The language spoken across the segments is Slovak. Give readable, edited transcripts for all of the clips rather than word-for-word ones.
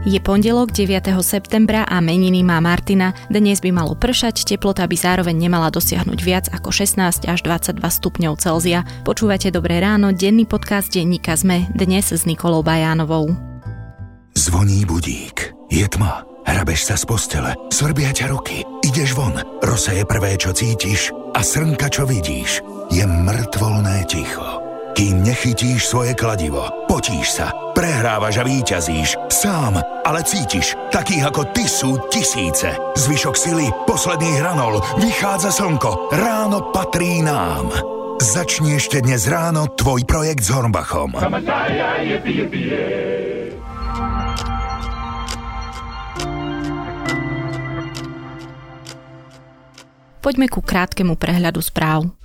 Je pondelok 9. septembra a meniny má Martina. Dnes by malo pršať, teplota by zároveň nemala dosiahnuť viac ako 16 až 22 stupňov Celzia. Počúvate Dobré ráno, denný podcast denníka SME, dnes s Nikolou Bajánovou. Zvoní budík, je tma, hrabeš sa z postele, svrbia ťa ruky, ideš von, rosa je prvé, čo cítiš a srnka, čo vidíš, je mŕtvolné ticho. Kým nechytíš svoje kladivo, potíš sa, prehrávaš a víťazíš. Sám, ale cítiš, takých ako ty sú tisíce. Zvyšok sily, posledných hranol, vychádza slnko, ráno patrí nám. Začni ešte dnes ráno tvoj projekt s Hornbachom. Poďme ku krátkemu prehľadu správ.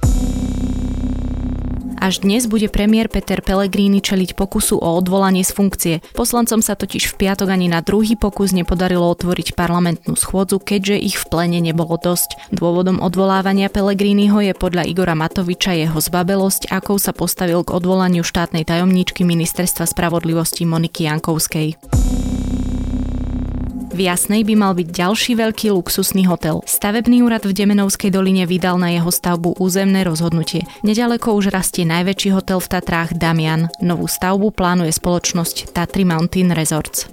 Až dnes bude premiér Peter Pellegrini čeliť pokusu o odvolanie z funkcie. Poslancom sa totiž v piatok ani na druhý pokus nepodarilo otvoriť parlamentnú schôdzu, keďže ich v pléne nebolo dosť. Dôvodom odvolávania Pellegriniho je podľa Igora Matoviča jeho zbabelosť, akou sa postavil k odvolaniu štátnej tajomníčky Ministerstva spravodlivosti Moniky Jankovskej. V Jasnej by mal byť ďalší veľký luxusný hotel. Stavebný úrad v Demenovskej doline vydal na jeho stavbu územné rozhodnutie. Neďaleko už rastie najväčší hotel v Tatrách Damian. Novú stavbu plánuje spoločnosť Tatry Mountain Resorts.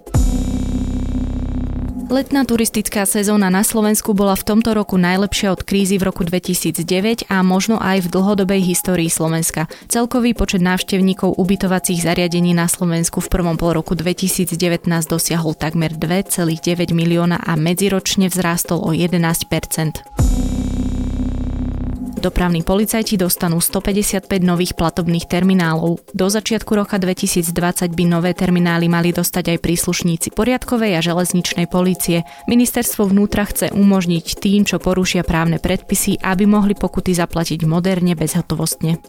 Letná turistická sezóna na Slovensku bola v tomto roku najlepšia od krízy v roku 2009 a možno aj v dlhodobej histórii Slovenska. Celkový počet návštevníkov ubytovacích zariadení na Slovensku v prvom polroku 2019 dosiahol takmer 2,9 milióna a medziročne vzrástol o 11%. Dopravní policajti dostanú 155 nových platobných terminálov. Do začiatku roka 2020 by nové terminály mali dostať aj príslušníci poriadkovej a železničnej polície. Ministerstvo vnútra chce umožniť tým, čo porušia právne predpisy, aby mohli pokuty zaplatiť moderne bezhotovostne.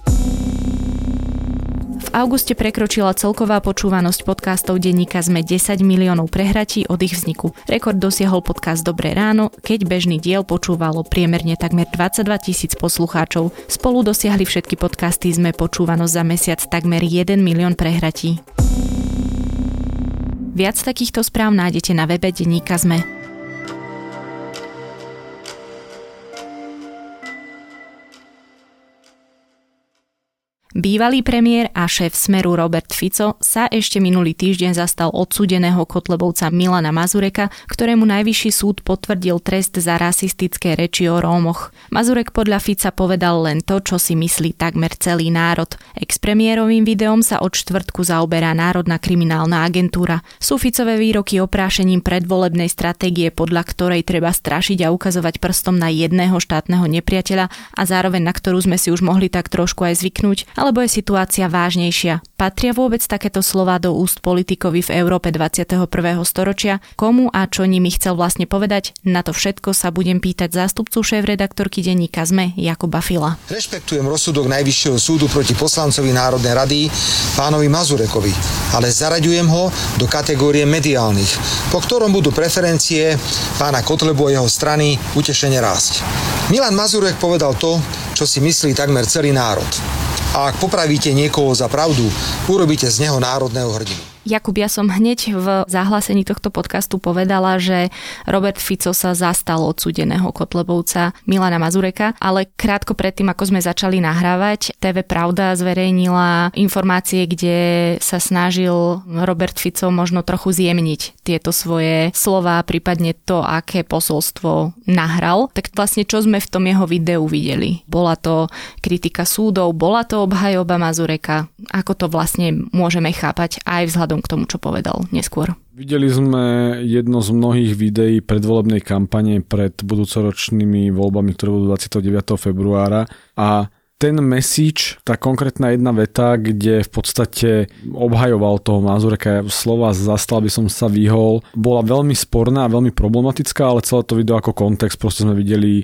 V auguste prekročila celková počúvanosť podcastov denníka SME 10 miliónov prehratí od ich vzniku. Rekord dosiahol podcast Dobré ráno, keď bežný diel počúvalo priemerne takmer 22 000 poslucháčov. Spolu dosiahli všetky podcasty SME počúvanosť za mesiac takmer 1 milión prehratí. Viac takýchto správ nájdete na webe denníka SME. Bývalý premiér a šéf Smeru Robert Fico sa ešte minulý týždeň zastal odsúdeného Kotlebovca Milana Mazureka, ktorému najvyšší súd potvrdil trest za rasistické reči o Rómoch. Mazurek podľa Fica povedal len to, čo si myslí takmer celý národ. Expremiérovým videom sa od štvrtku zaoberá Národná kriminálna agentúra. Sú Ficové výroky oprášením predvolebnej stratégie, podľa ktorej treba strašiť a ukazovať prstom na jedného štátneho nepriateľa a zároveň na ktorú sme si už mohli tak trošku aj zvyknúť, alebo je situácia vážnejšia? Patria vôbec takéto slová do úst politikovi v Európe 21. storočia? Komu a čo nimi chcel vlastne povedať? Na to všetko sa budem pýtať zástupcu šéfredaktorky denníka SME Jakuba Fila. Rešpektujem rozsudok Najvyššieho súdu proti poslancovi Národnej rady pánovi Mazurekovi, ale zaraďujem ho do kategórie mediálnych, po ktorom budú preferencie pána Kotlebu a jeho strany utešene rásť. Milan Mazurek povedal to, čo si myslí takmer celý národ. A ak popravíte niekoho za pravdu, urobíte z neho národného hrdinu. Jakub, ja som hneď v zahlásení tohto podcastu povedala, že Robert Fico sa zastal odsúdeného Kotlebovca Milana Mazureka, ale krátko predtým, ako sme začali nahrávať, TV Pravda zverejnila informácie, kde sa snažil Robert Fico možno trochu zjemniť tieto svoje slová, prípadne to, aké posolstvo nahral. Tak vlastne čo sme v tom jeho videu videli? Bola to kritika súdov, bola to obhajoba Mazureka? Ako to vlastne môžeme chápať aj vzhľadom k tomu, čo povedal neskôr? Videli sme jedno z mnohých videí predvolebnej kampane pred budúcoročnými voľbami, ktoré budú 29. februára a ten message, tá konkrétna jedna veta, kde v podstate obhajoval toho Mazureka, slova zastal by som sa vyhol, bola veľmi sporná a veľmi problematická, ale celé to video ako kontext, proste sme videli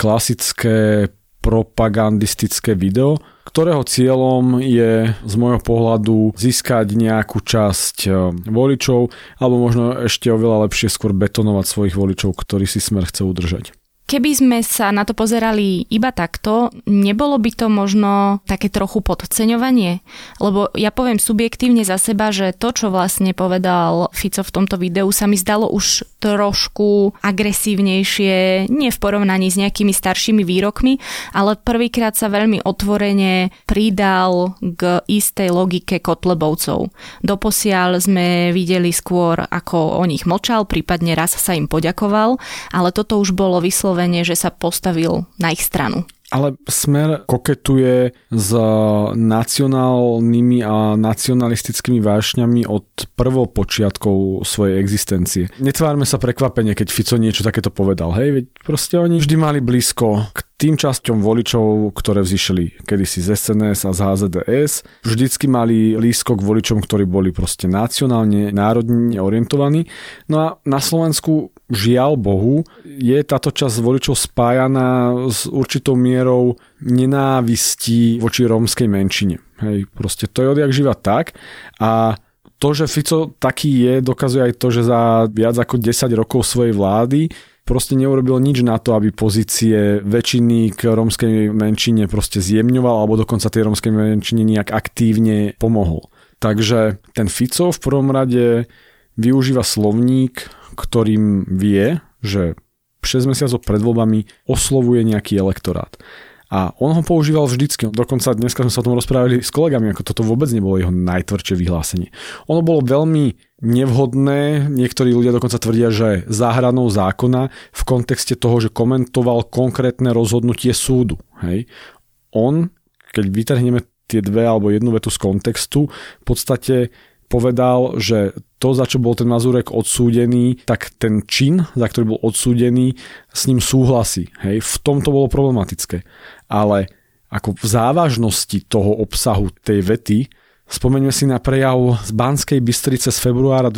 klasické propagandistické video, ktorého cieľom je z môjho pohľadu získať nejakú časť voličov alebo možno ešte oveľa lepšie skôr betonovať svojich voličov, ktorí si Smer chce udržať. Keby sme sa na to pozerali iba takto, nebolo by to možno také trochu podceňovanie? Lebo ja poviem subjektívne za seba, že to, čo vlastne povedal Fico v tomto videu, sa mi zdalo už trošku agresívnejšie, nie v porovnaní s nejakými staršími výrokmi, ale prvýkrát sa veľmi otvorene pridal k istej logike Kotlebovcov. Doposiaľ sme videli skôr, ako o nich mlčal, prípadne raz sa im poďakoval, ale toto už bolo vyslovené, že sa postavil na ich stranu. Ale Smer koketuje s nacionálnymi a nacionalistickými vášňami od prvopočiatkov svojej existencie. Netvárme sa prekvapenie, keď Fico niečo takéto povedal. Hej, veď proste oni vždy mali blízko k tým časťom voličov, ktoré vzýšli kedysi z SNS a z HZDS. Vždycky mali blízko k voličom, ktorí boli proste nacionálne, národne orientovaní. No a na Slovensku, žiaľ Bohu, je táto časť voličov spájaná s určitou mierou nenávistí voči rómskej menšine. Hej, proste to je odjak živa tak. A to, že Fico taký je, dokazuje aj to, že za viac ako 10 rokov svojej vlády proste neurobil nič na to, aby pozície väčšiny k rómskej menšine proste zjemňoval alebo dokonca tej rómskej menšine nejak aktívne pomohol. Takže ten Fico v prvom rade využíva slovník, ktorým vie, že 6 mesiacov pred voľbami oslovuje nejaký elektorát. A on ho používal vždycky. Dokonca dneska sme sa o tom rozprávali s kolegami, ako toto vôbec nebolo jeho najtvrdšie vyhlásenie. Ono bolo veľmi nevhodné, niektorí ľudia dokonca tvrdia, že za hranou zákona v kontexte toho, že komentoval konkrétne rozhodnutie súdu. Hej. On, keď vytrhneme tie dve alebo jednu vetu z kontextu, v podstate povedal, že to, za čo bol ten Mazurek odsúdený, tak ten čin, za ktorý bol odsúdený, s ním súhlasí. Hej. V tom to bolo problematické. Ale ako v závažnosti toho obsahu tej vety, spomeňme si na prejav z Banskej Bystrice z februára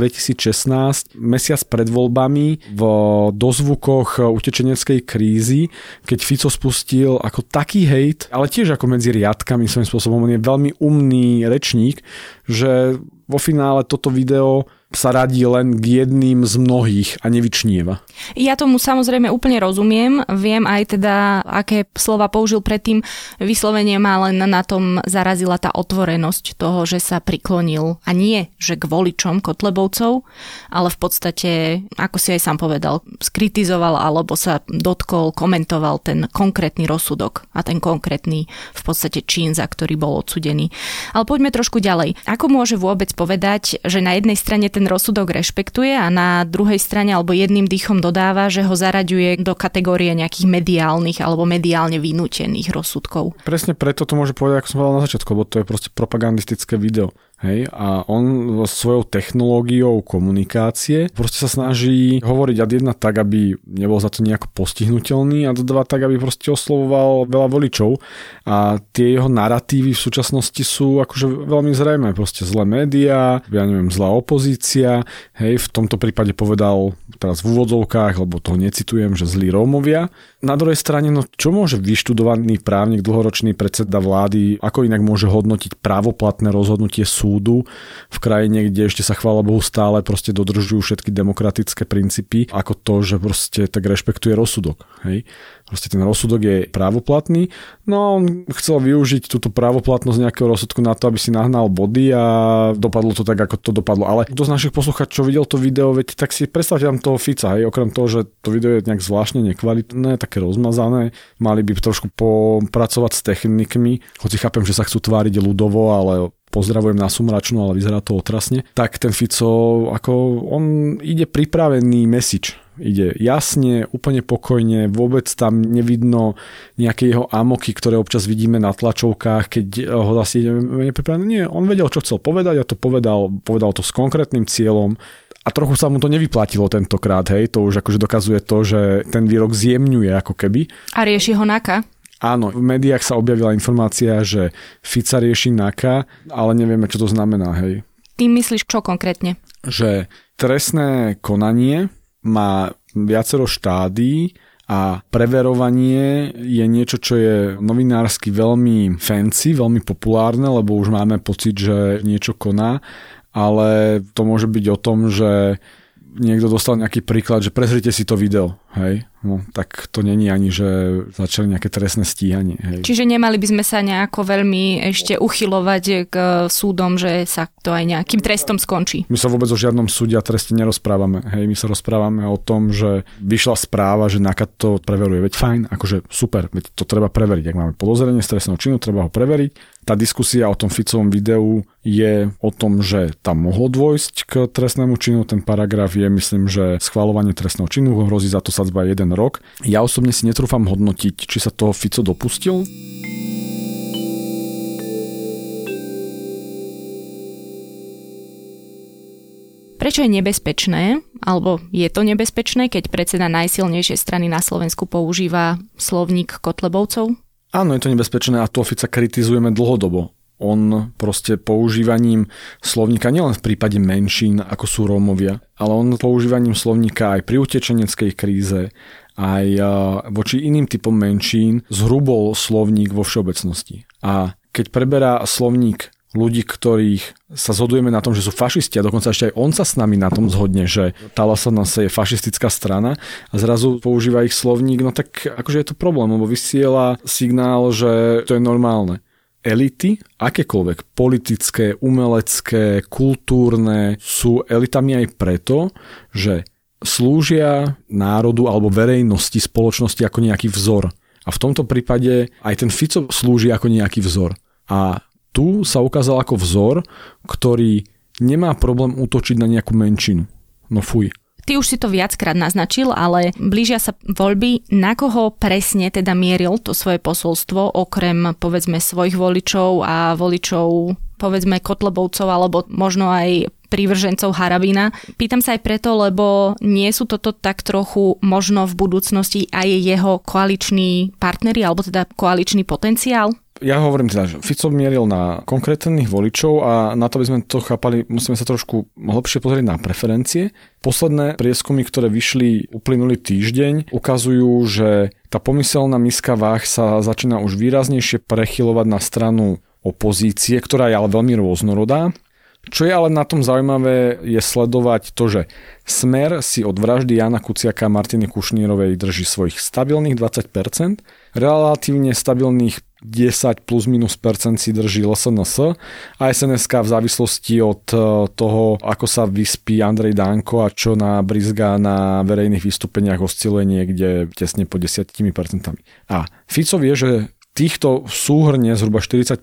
2016, mesiac pred voľbami v dozvukoch utečeneckej krízy, keď Fico spustil ako taký hejt, ale tiež ako medzi riadkami svojím spôsobom, on je veľmi umný rečník, že vo finále toto video sa radí len k jedným z mnohých a nevyčnieva. Ja tomu samozrejme úplne rozumiem. Viem aj teda, aké slova použil predtým. Vyslovene ma len na tom zarazila tá otvorenosť toho, že sa priklonil a nie, že k voličom Kotlebovcov, ale v podstate, ako si aj sám povedal, skritizoval alebo sa dotkol, komentoval ten konkrétny rozsudok a ten konkrétny v podstate čin, za ktorý bol odsudený. Ale poďme trošku ďalej. Ako môže vôbec povedať, že na jednej strane ten rozsudok rešpektuje a na druhej strane alebo jedným dýchom dodáva, že ho zaraďuje do kategórie nejakých mediálnych alebo mediálne vynútených rozsudkov? Presne preto to môže povedať, ako som povedal na začiatku, lebo to je proste propagandistické video. Hej, a on svojou technológiou komunikácie proste sa snaží hovoriť ad jedna tak, aby nebol za to nejako postihnutelný a dodávať tak, aby proste oslovoval veľa voličov a tie jeho naratívy v súčasnosti sú akože veľmi zrejmé, proste zlé médiá, ja neviem, zlá opozícia, hej, v tomto prípade povedal teraz v úvodzovkách, lebo toho necitujem, že zlí Rómovia. Na druhej strane, no čo môže vyštudovaný právnik, dlhoročný predseda vlády, ako inak môže hodnotiť právoplatné rozhodnutie súdu v krajine, kde ešte sa chvála Bohu stále proste dodržujú všetky demokratické princípy, ako to, že proste tak rešpektuje rozsudok. Hej. Proste ten rozsudok je právoplatný, no on chcel využiť túto právoplatnosť nejakého rozsudku na to, aby si nahnal body a dopadlo to tak, ako to dopadlo. Ale kto z našich poslucháčov videl to video, veď tak si predstavte tam toho Fica, hej, okrem toho, že to video je nejak zvláštne nekvalitné, také rozmazané, mali by trošku popracovať s technikmi, hoci chápem, že sa chcú tváriť ľudovo, ale pozdravujem na Sumračnú, ale vyzerá to otrasne. Tak ten Fico, ako on ide pripravený message. Ide jasne, úplne pokojne, vôbec tam nevidno nejaké jeho amoky, ktoré občas vidíme na tlačovkách, keď ho zase ide nepripravený. Nie, on vedel, čo chcel povedať a to povedal to s konkrétnym cieľom. A trochu sa mu to nevyplatilo tentokrát, hej, to už akože dokazuje to, že ten výrok zjemňuje ako keby. A rieši ho NAKA? Áno, v médiách sa objavila informácia, že Fica rieši NAKA, ale nevieme, čo to znamená, hej. Ty myslíš čo konkrétne? Že trestné konanie má viacero štádií a preverovanie je niečo, čo je novinársky veľmi fancy, veľmi populárne, lebo už máme pocit, že niečo koná, ale to môže byť o tom, že niekto dostal nejaký príklad, že prezrite si to video. hej, no tak to není ani, že začali nejaké trestné stíhanie. Hej. Čiže nemali by sme sa nejako veľmi ešte uchylovať k súdom, že sa to aj nejakým trestom skončí. My sa vôbec o žiadnom súde a treste nerozprávame. Hej, my sa rozprávame o tom, že vyšla správa, že NAKA to preveruje. Veď fajn, akože super, veď to treba preveriť. Ak máme podozrenie z trestného činu, treba ho preveriť. Tá diskusia o tom Ficovom videu je o tom, že tam mohlo dôjsť k trestnému činu. Ten paragraf je, myslím, že schvaľovanie trestného činu hrozí za to sadzba 1 rok. Ja osobne si netrúfam hodnotiť, či sa toho Fico dopustil. Prečo je nebezpečné, alebo je to nebezpečné, keď predseda najsilnejšej strany na Slovensku používa slovník Kotlebovcov? Áno, je to nebezpečné a toho Fica kritizujeme dlhodobo. On proste používaním slovníka nielen v prípade menšín, ako sú Rómovia, ale on používaním slovníka aj pri utečeneckej kríze, aj voči iným typom menšín zhrubol slovník vo všeobecnosti. A keď preberá slovník ľudí, ktorých sa zhodujeme na tom, že sú fašisti a dokonca ešte aj on sa s nami na tom zhodne, že tá LSNS je fašistická strana a zrazu používa ich slovník, no tak akože je to problém, lebo vysiela signál, že to je normálne. Elity, akékoľvek, politické, umelecké, kultúrne, sú elitami aj preto, že slúžia národu alebo verejnosti, spoločnosti ako nejaký vzor. A v tomto prípade aj ten Fico slúži ako nejaký vzor. A tu sa ukázal ako vzor, ktorý nemá problém útočiť na nejakú menšinu. No fuj. Ty už si to viackrát naznačil, ale blížia sa voľby. Na koho presne teda mieril to svoje posolstvo, okrem povedzme svojich voličov a voličov povedzme Kotlebovcov alebo možno aj prívržencov Harabina? Pýtam sa aj preto, lebo nie sú toto tak trochu možno v budúcnosti aj jeho koaliční partneri alebo teda koaličný potenciál? Ja hovorím teda, že Fico mieril na konkrétnych voličov a na to by sme to chápali, musíme sa trošku hlbšie pozrieť na preferencie. Posledné prieskumy, ktoré vyšli uplynulý týždeň, ukazujú, že tá pomyselná miska váh sa začína už výraznejšie prechylovať na stranu opozície, ktorá je ale veľmi rôznorodá. Čo je ale na tom zaujímavé, je sledovať to, že Smer si od vraždy Jána Kuciaka a Martiny Kušnírovej drží svojich stabilných 20%, relatívne stabilných 10 plus minus percent si drží LSNS a SNS-ka v závislosti od toho, ako sa vyspí Andrej Danko a čo nabrizgá na verejných vystúpeniach osciluje niekde tesne po 10%. A Fico vie, že týchto súhrne zhruba 40%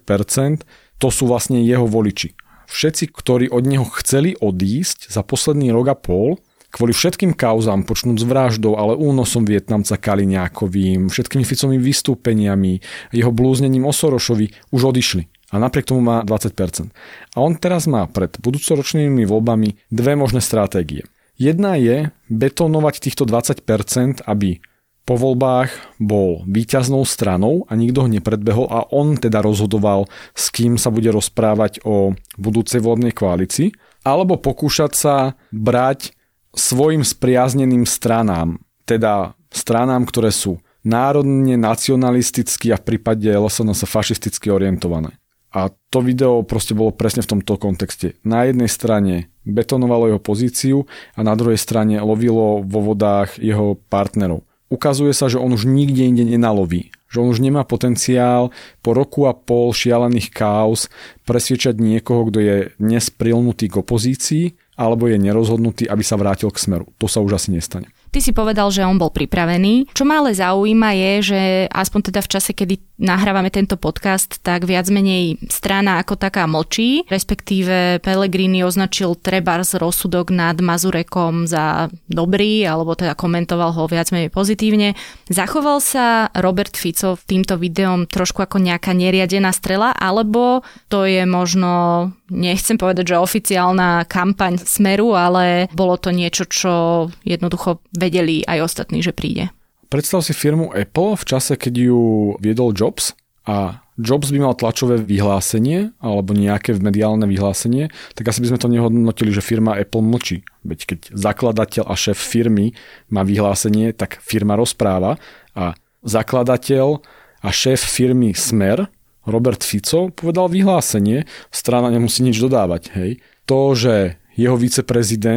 to sú vlastne jeho voliči. Všetci, ktorí od neho chceli odísť za posledný rok a pol, kvôli všetkým kauzám, počnúť s vraždou, ale únosom Vietnamca Kaliňákovým, všetkými Ficovými vystúpeniami, jeho blúznením o Sorošovi, už odišli. A napriek tomu má 20%. A on teraz má pred budúcoročnými voľbami dve možné stratégie. Jedna je betonovať týchto 20%, aby po voľbách bol víťaznou stranou a nikto ho nepredbehol a on teda rozhodoval, s kým sa bude rozprávať o budúcej volebnej koalícii, alebo pokúšať sa brať svojim spriazneným stranám, teda stranám, ktoré sú národne, nacionalisticky a v prípade LSNS fašisticky orientované. A to video proste bolo presne v tomto kontexte. Na jednej strane betonovalo jeho pozíciu a na druhej strane lovilo vo vodách jeho partnerov. Ukazuje sa, že on už nikde inde nenaloví. Že on už nemá potenciál po roku a pol šialených káuz presviečať niekoho, kto je dnes prilnutý k opozícii alebo je nerozhodnutý, aby sa vrátil k Smeru. To sa už asi nestane. Ty si povedal, že on bol pripravený. Čo ma ale zaujíma je, že aspoň teda v čase, kedy nahrávame tento podcast, tak viac menej strana ako taká mlčí, respektíve Pellegrini označil trebárs rozsudok nad Mazurekom za dobrý, alebo teda komentoval ho viac menej pozitívne. Zachoval sa Robert Fico týmto videom trošku ako nejaká neriadená strela, alebo to je možno, nechcem povedať, že oficiálna kampaň Smeru, ale bolo to niečo, čo jednoducho vedeli aj ostatní, že príde. Predstav si firmu Apple v čase, keď ju viedol Jobs a Jobs by mal tlačové vyhlásenie alebo nejaké mediálne vyhlásenie, tak asi by sme to nehodnotili, že firma Apple mlčí. Veď keď zakladateľ a šéf firmy má vyhlásenie, tak firma rozpráva a zakladateľ a šéf firmy Smer, Robert Fico, povedal vyhlásenie, strana nemusí nič dodávať. Hej. To, že jeho viceprezident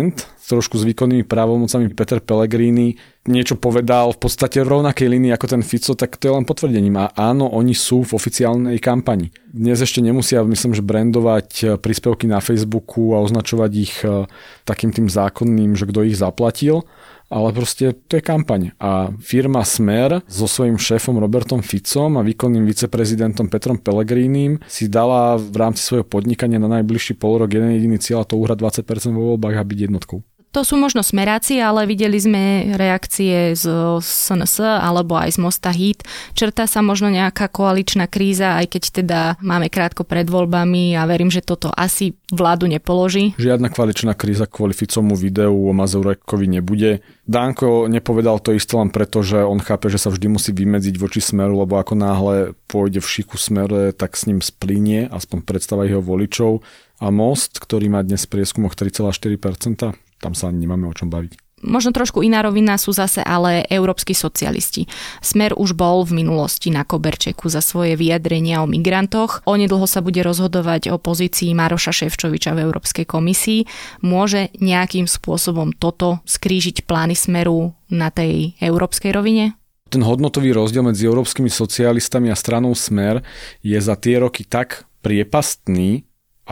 trošku s výkonnými právomocami Peter Pellegrini niečo povedal v podstate v rovnakej línii ako ten Fico, tak to je len potvrdením. A áno, oni sú v oficiálnej kampani. Dnes ešte nemusia, myslím, že brandovať príspevky na Facebooku a označovať ich takým tým zákonným, že kto ich zaplatil, ale proste to je kampaň. A firma Smer so svojím šéfom Robertom Ficom a výkonným viceprezidentom Petrom Pellegrinim si dala v rámci svojho podnikania na najbližší polrok jeden jediný cieľ, a to uhrať 20% vo voľbách a byť jednotkou. To sú možno smeráci, ale videli sme reakcie z SNS alebo aj z Mosta Híd. Črtá sa možno nejaká koaličná kríza, aj keď teda máme krátko pred voľbami a verím, že toto asi vládu nepoloží. Žiadna koaličná kríza kvôli Ficovmu videu o Mazurekovi nebude. Danko nepovedal to isté len preto, že on chápe, že sa vždy musí vymedziť voči Smeru, lebo ako náhle pôjde v šiku Smere, tak s ním splynie, aspoň predstava jeho voličov. A Most, ktorý má dnes v prieskumoch 3,4%, tam sa nemáme o čom baviť. Možno trošku iná rovina sú zase ale európski socialisti. Smer už bol v minulosti na koberčeku za svoje vyjadrenia o migrantoch. Onedlho sa bude rozhodovať o pozícii Maroša Šefčoviča v Európskej komisii. Môže nejakým spôsobom toto skrížiť plány Smeru na tej európskej rovine? Ten hodnotový rozdiel medzi európskymi socialistami a stranou Smer je za tie roky tak priepastný,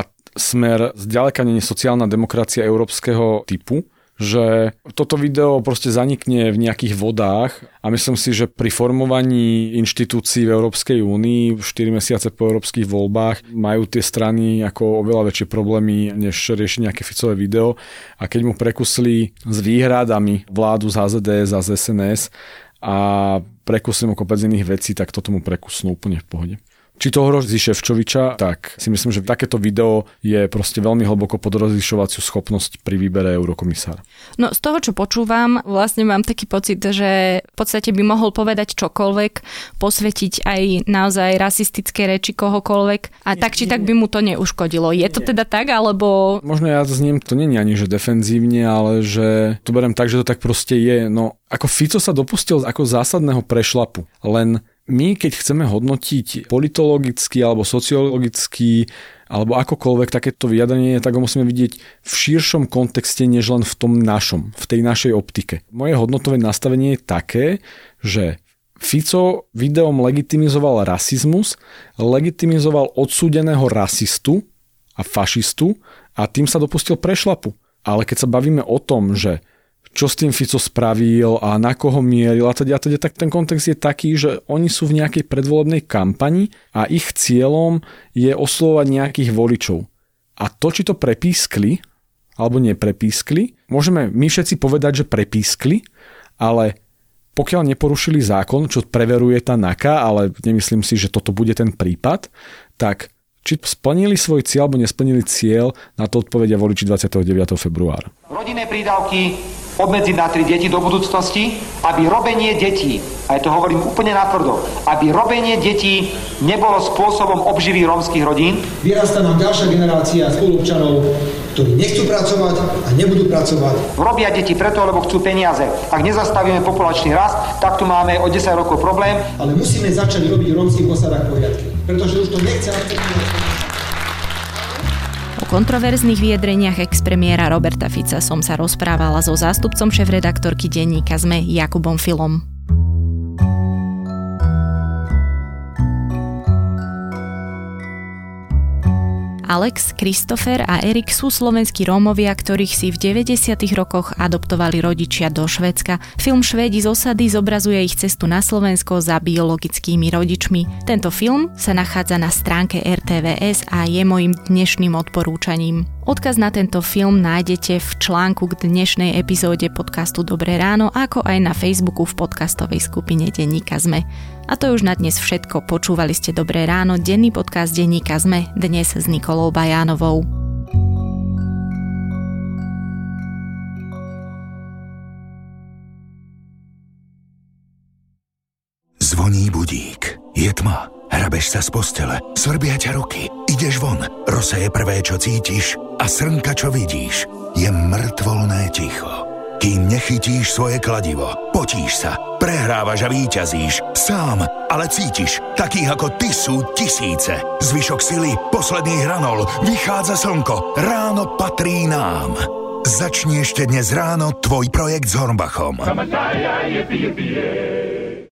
Smer zďaleka nie je sociálna demokracia európskeho typu, že toto video proste zanikne v nejakých vodách a myslím si, že pri formovaní inštitúcií v Európskej únii 4 mesiace po európskych voľbách majú tie strany ako oveľa väčšie problémy, než riešiť nejaké Ficové video, a keď mu prekusli s výhradami vládu z HZDS a z SNS a prekusli mu kopec iných vecí, tak toto mu prekusnú úplne v pohode. Či to hrozí Šefčoviča, tak si myslím, že takéto video je proste veľmi hlboko pod rozlišovaciu schopnosť pri výbere eurokomisára. No z toho, čo počúvam, vlastne mám taký pocit, že v podstate by mohol povedať čokoľvek, posvetiť aj naozaj rasistické reči kohokoľvek a tak či tak by mu to neuškodilo. Je to teda tak, alebo... Možno ja zním, to nie je ani že defenzívne, ale že to beriem tak, že to tak proste je. No ako Fico sa dopustil ako zásadného prešlapu, len my, keď chceme hodnotiť politologicky alebo sociologicky alebo akokoľvek takéto vyjadrenie, tak ho musíme vidieť v širšom kontexte, než len v tom našom, v tej našej optike. Moje hodnotové nastavenie je také, že Fico videom legitimizoval rasizmus, legitimizoval odsúdeného rasistu a fašistu a tým sa dopustil prešlapu. Ale keď sa bavíme o tom, že čo s tým Fico spravil a na koho mieril a teda, tak ten kontext je taký, že oni sú v nejakej predvolebnej kampani a ich cieľom je oslovovať nejakých voličov. A to, či to prepískli alebo neprepískli, môžeme my všetci povedať, že prepískli, ale pokiaľ neporušili zákon, čo preveruje tá NAKA, ale nemyslím si, že toto bude ten prípad, tak či splnili svoj cieľ alebo nesplnili cieľ, na to odpovedia voliči 29. februára. Rodinné prídavky obmedziť na 3 deti do budúcnosti, aby robenie detí, aj to hovorím úplne natvrdo, aby robenie detí nebolo spôsobom obživy rómskych rodín. Vyrastá nám ďalšia generácia spoluobčanov, ktorí nechcú pracovať a nebudú pracovať. Robia deti preto, lebo chcú peniaze. Ak nezastavíme populačný rast, tak tu máme o 10 rokov problém. Ale musíme začať robiť v rómskych osadách poriadky, pretože už to nechce akceptovať. O kontroverzných vyjadreniach expremiéra Roberta Fica som sa rozprávala so zástupcom šéfredaktorky denníka SME Jakubom Filom. Alex, Christopher a Erik sú slovenskí Rómovia, ktorých si v 90. rokoch adoptovali rodičia do Švédska. Film Švédi z osady zobrazuje ich cestu na Slovensko za biologickými rodičmi. Tento film sa nachádza na stránke RTVS a je mojím dnešným odporúčaním. Odkaz na tento film nájdete v článku k dnešnej epizóde podcastu Dobré ráno, ako aj na Facebooku v podcastovej skupine denníka SME. A to je už na dnes všetko. Počúvali ste Dobré ráno, denný podcast denníka SME, dnes s Nikolou Bajánovou. Zvoní budík. Je tma. Hrabeš sa z postele. Svrbia ťa ruky. Ideš von. Rosa je prvé, čo cítiš. A srnka, čo vidíš. Je mŕtvolné ticho. Kým nechytíš svoje kladivo. Potíš sa. Prehrávaš a víťazíš. Sám, ale cítiš. Takých ako ty sú tisíce. Zvyšok sily, posledných hranol. Vychádza slnko. Ráno patrí nám. Začni ešte dnes ráno tvoj projekt s Hornbachom.